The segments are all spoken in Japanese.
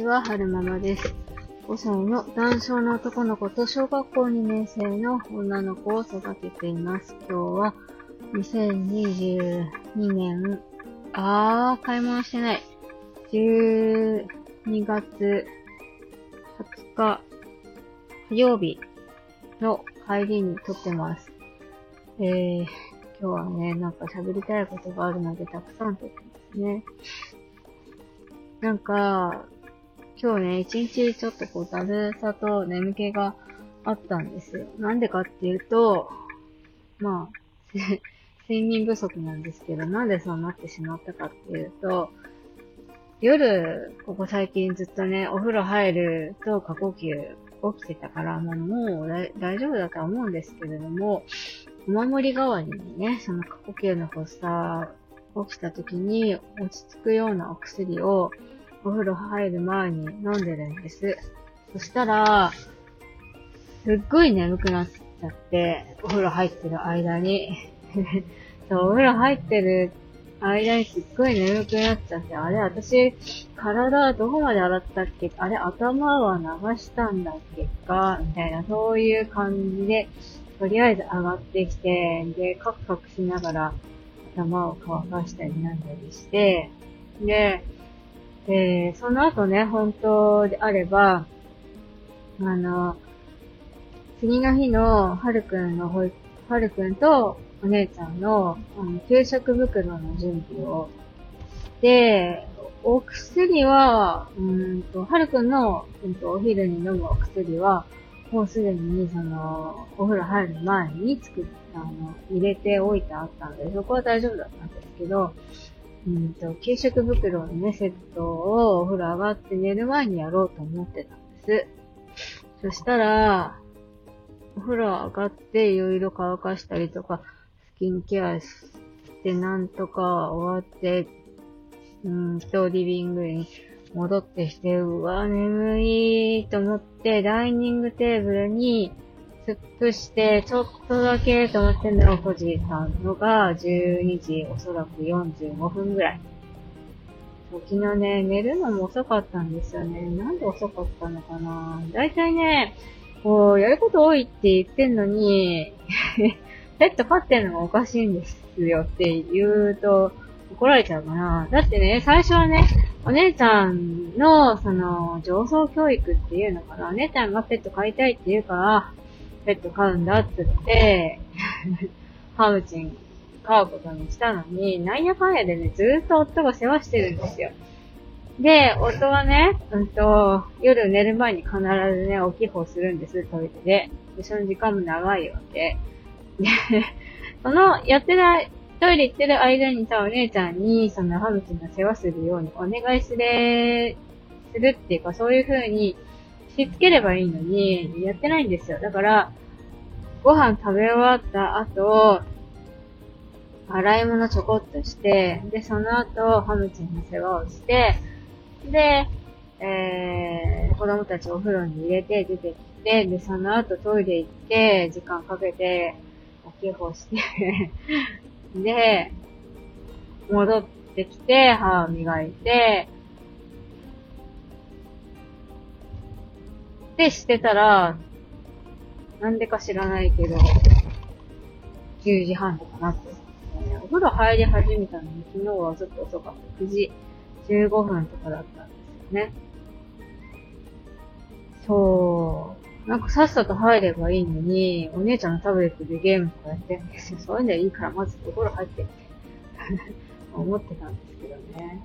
は、はるままです。5歳の男性の男の子と小学校2年生の女の子を育てています。今日は2022年、買い物してない。12月20日火曜日の帰りに撮ってます。今日はね、なんか喋りたいことがあるのでたくさん撮ってますね。なんか、今日ね、一日ちょっとだるさと眠気があったんですよ。なんでかっていうと、睡眠不足なんですけど、なんでそうなってしまったかっていうと、夜、ここ最近ずっとね、お風呂入ると過呼吸起きてたから、もう大丈夫だとは思うんですけれども、お守り代わりにね、その過呼吸の発作起きた時に落ち着くようなお薬をお風呂入る前に飲んでるんです。そしたら、すっごい眠くなっちゃって、お風呂入ってる間にそう、お風呂入ってる間にすっごい眠くなっちゃって、あれ、私、体どこまで洗ったっけ、あれ、頭は流したんだっけかみたいな、そういう感じで、とりあえず上がってきて、で、カクカクしながら頭を乾かしたりなんだりして、で、その後ね、本当であれば、次の日のはるくんとお姉ちゃんの、給食袋の準備をして、お薬は、はるくんの、お昼に飲むお薬は、もうすでに、お風呂入る前に入れておいてあったので、そこは大丈夫だったんですけど、給食袋のね、セットをお風呂上がって寝る前にやろうと思ってたんです。そしたら、お風呂上がっていろいろ乾かしたりとか、スキンケアしてなんとか終わって、リビングに戻ってきて、うわ、眠いと思って、ダイニングテーブルに突っ伏して、ちょっとだけと思って目を閉じたのが、12時、おそらく45分ぐらい。昨日ね、寝るのも遅かったんですよね。なんで遅かったのかな。だいたいね、やること多いって言ってんのに、ペット飼ってんのがおかしいんですよって言うと怒られちゃうかな。だってね、最初はね、お姉ちゃんの、上層教育っていうのかな。お姉ちゃんがペット飼いたいって言うから、ペット飼うんだって言って、ハムチン飼うことにしたのに、なんやかんやでね、ずーっと夫が世話してるんですよ。で、夫はね、夜寝る前に必ずね、起き放するんです、トイレで。で、その時間も長いわけ。で、やってない、トイレ行ってる間にさ、お姉ちゃんに、ハムチの世話するようにお願いするっていうか、そういう風にしつければいいのに、やってないんですよ。だから、ご飯食べ終わった後、洗い物ちょこっとして、で、その後、ハムチの世話をして、で、子供たちお風呂に入れて出てきて、で、その後トイレ行って、時間かけて、起き干してで、戻ってきて、歯を磨いて、で、してたら、なんでか知らないけど、10時半とかなって、お風呂入り始めたのに、昨日はちょっと遅かった。9時15分とかだったんですよね。そう。なんかさっさと入ればいいのに、お姉ちゃんのタブレットでゲームとかやってるんですよ。そういうのいいからまずお風呂入ってって思ってたんですけどね。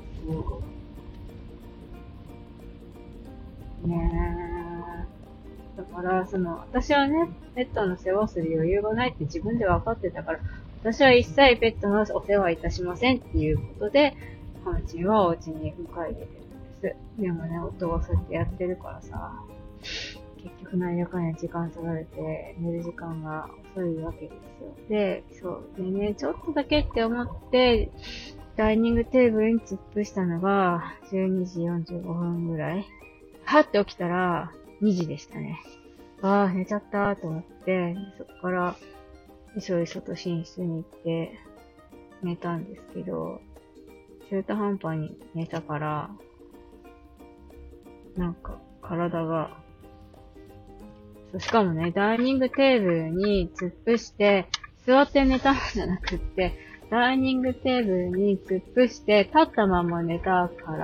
ねえ。だから、私はね、ペットの世話する余裕がないって自分で分かってたから、私は一切ペットのお世話いたしませんっていうことで、ハムチンはお家に迎え入れてるんです。でもね、夫がそうやってやってるからさ、結局なんやかんや時間取られて、寝る時間が遅いわけですよ。で、そう。でね、ちょっとだけって思って、ダイニングテーブルに突っ伏したのが、12時45分ぐらい。はって起きたら、2時でしたね。寝ちゃったと思って、そこから、いそいそと寝室に行って、寝たんですけど、中途半端に寝たから、 なんか、体が、しかもね、ダイニングテーブルに突っ伏して、座って寝たんじゃなくって、ダイニングテーブルに突っ伏して、立ったまま寝たから、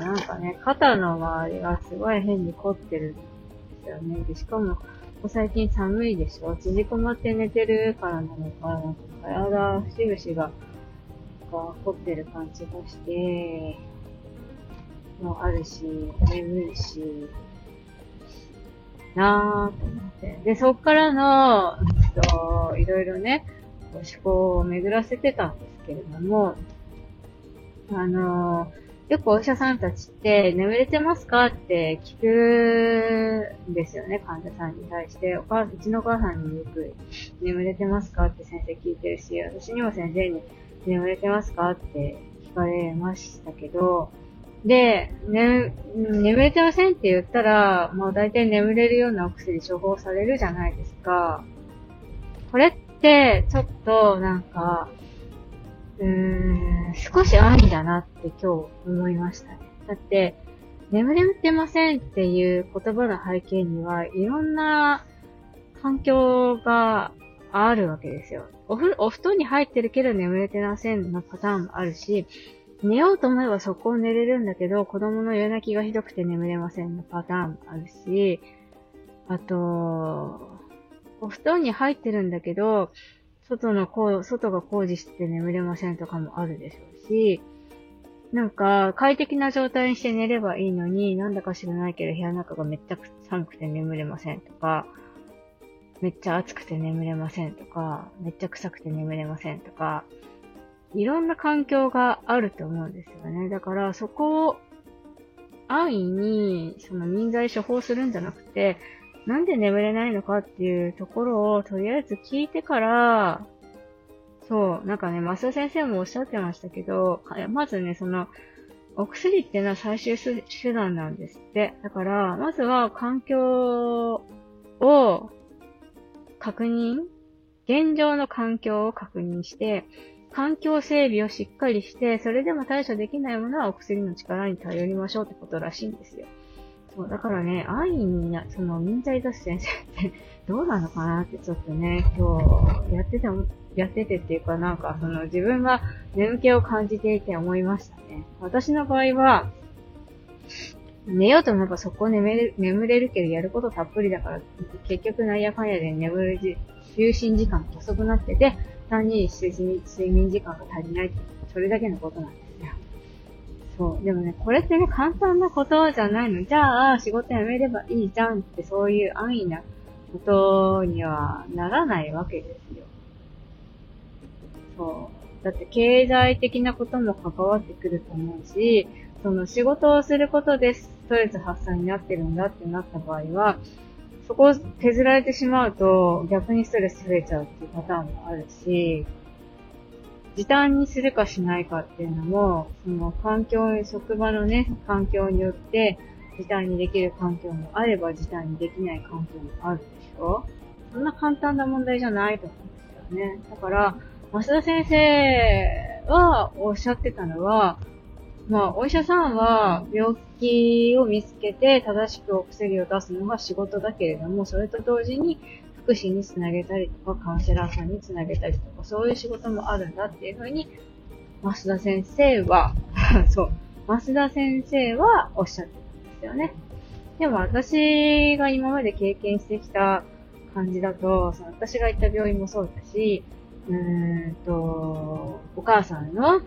なんかね、肩の周りがすごい変に凝ってるんですよね。で、しかも、最近寒いでしょ？縮こまって寝てるからなのか、なんか体、節々が凝ってる感じがして、もあるし、眠いし、なぁと思って。で、そっからの、いろいろね、思考を巡らせてたんですけれども、よくお医者さんたちって眠れてますかって聞くんですよね、患者さんに対して。うちのお母さんによく眠れてますかって先生聞いてるし、私にも先生に眠れてますかって聞かれましたけど、で、眠れてませんって言ったら、もう大体眠れるようなお薬処方されるじゃないですか。これって、ちょっと、なんか、少し安易だなって今日思いましたね。だって、眠れてませんっていう言葉の背景には、いろんな環境があるわけですよ。お布団に入ってるけど眠れてませんのパターンもあるし、寝ようと思えばそこを寝れるんだけど、子供の夜泣きがひどくて眠れませんのパターンもあるし、あと、お布団に入ってるんだけど、外が工事して眠れませんとかもあるでしょうし、なんか、快適な状態にして寝ればいいのに、なんだか知らないけど部屋の中がめっちゃ寒くて眠れませんとか、めっちゃ暑くて眠れませんとか、めっちゃ臭くて眠れませんとか、いろんな環境があると思うんですよね。だからそこを安易にその眠剤処方するんじゃなくて、なんで眠れないのかっていうところをとりあえず聞いてから、そう、なんかね、増田先生もおっしゃってましたけど、まずね、お薬っていうのは最終手段なんですって。だから、まずは環境を現状の環境を確認して、環境整備をしっかりして、それでも対処できないものはお薬の力に頼りましょうってことらしいんですよ。そう、だからね、安易に眠剤出す先生ってどうなのかなってちょっとね、今日やっててっていうかなんか自分が眠気を感じていて思いましたね。私の場合は、寝ようと思えばそこ眠れるけどやることたっぷりだから、結局なんやかんやで就寝時間が遅くなってて、単に睡眠時間が足りないって、それだけのことなんですよ。そう。でもね、これってね、簡単なことじゃないの。じゃあ、仕事辞めればいいじゃんって、そういう安易なことにはならないわけですよ。そう。だって経済的なことも関わってくると思うし、仕事をすることでストレス発散になってるんだってなった場合は、そこを削られてしまうと逆にストレス増えちゃうっていうパターンもあるし、時短にするかしないかっていうのも、職場のね、環境によって時短にできる環境もあれば時短にできない環境もあるでしょ？そんな簡単な問題じゃないと思うんですよね。だから、増田先生はおっしゃってたのは、お医者さんは病気を見つけて正しくお薬を出すのが仕事だけれども、それと同時に福祉につなげたりとか、カウンセラーさんにつなげたりとか、そういう仕事もあるんだっていうふうに、増田先生はおっしゃってたんですよね。でも私が今まで経験してきた感じだと、私が行った病院もそうだし、お母さんの、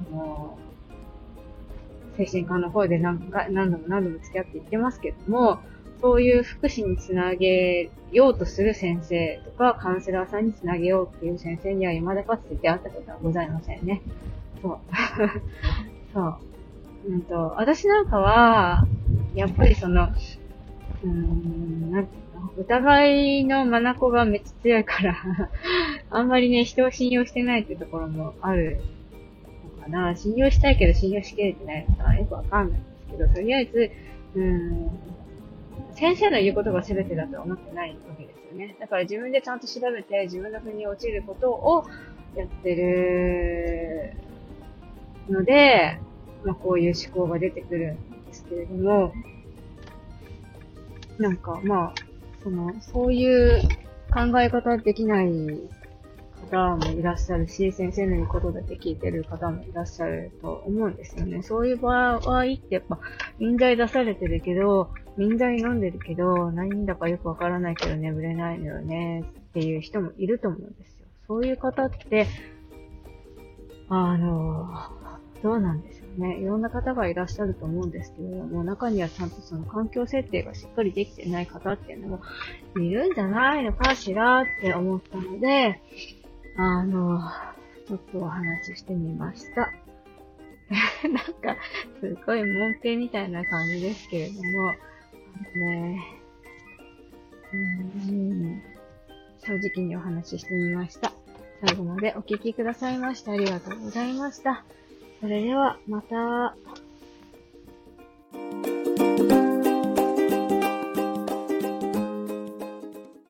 精神科の方で何度も付き合っていってますけども、そういう福祉につなげようとする先生とか、カウンセラーさんにつなげようっていう先生には未だかつて出会ったことはございませんね。そう。そう。私なんかは、やっぱりなんていうの、疑いの眼がめっちゃ強いからあんまりね、人を信用してないっていうところもあるのかな。信用したいけど信用しきれてないのかよくわかんないんですけど、とりあえず、先生の言うことが全てだとは思ってないわけですよね。だから自分でちゃんと調べて、自分の腑に落ちることをやってるので、こういう思考が出てくるんですけれども、 なんか、まあ、そういう考え方できない方もいらっしゃるし、先生の言うことだけ聞いてる方もいらっしゃると思うんですよね。そういう場合ってやっぱ、眠剤出されてるけど、眠剤飲んでるけど、何だかよくわからないけど眠れないのよねっていう人もいると思うんですよ。そういう方って、どうなんでしょうね。いろんな方がいらっしゃると思うんですけれども、中にはちゃんとその環境設定がしっかりできてない方っていうのもいるんじゃないのかしらって思ったので、ちょっとお話ししてみました。なんか、すごい文系みたいな感じですけれども、ね、正直にお話ししてみました。最後までお聞きくださいましてありがとうございました。それでは、また。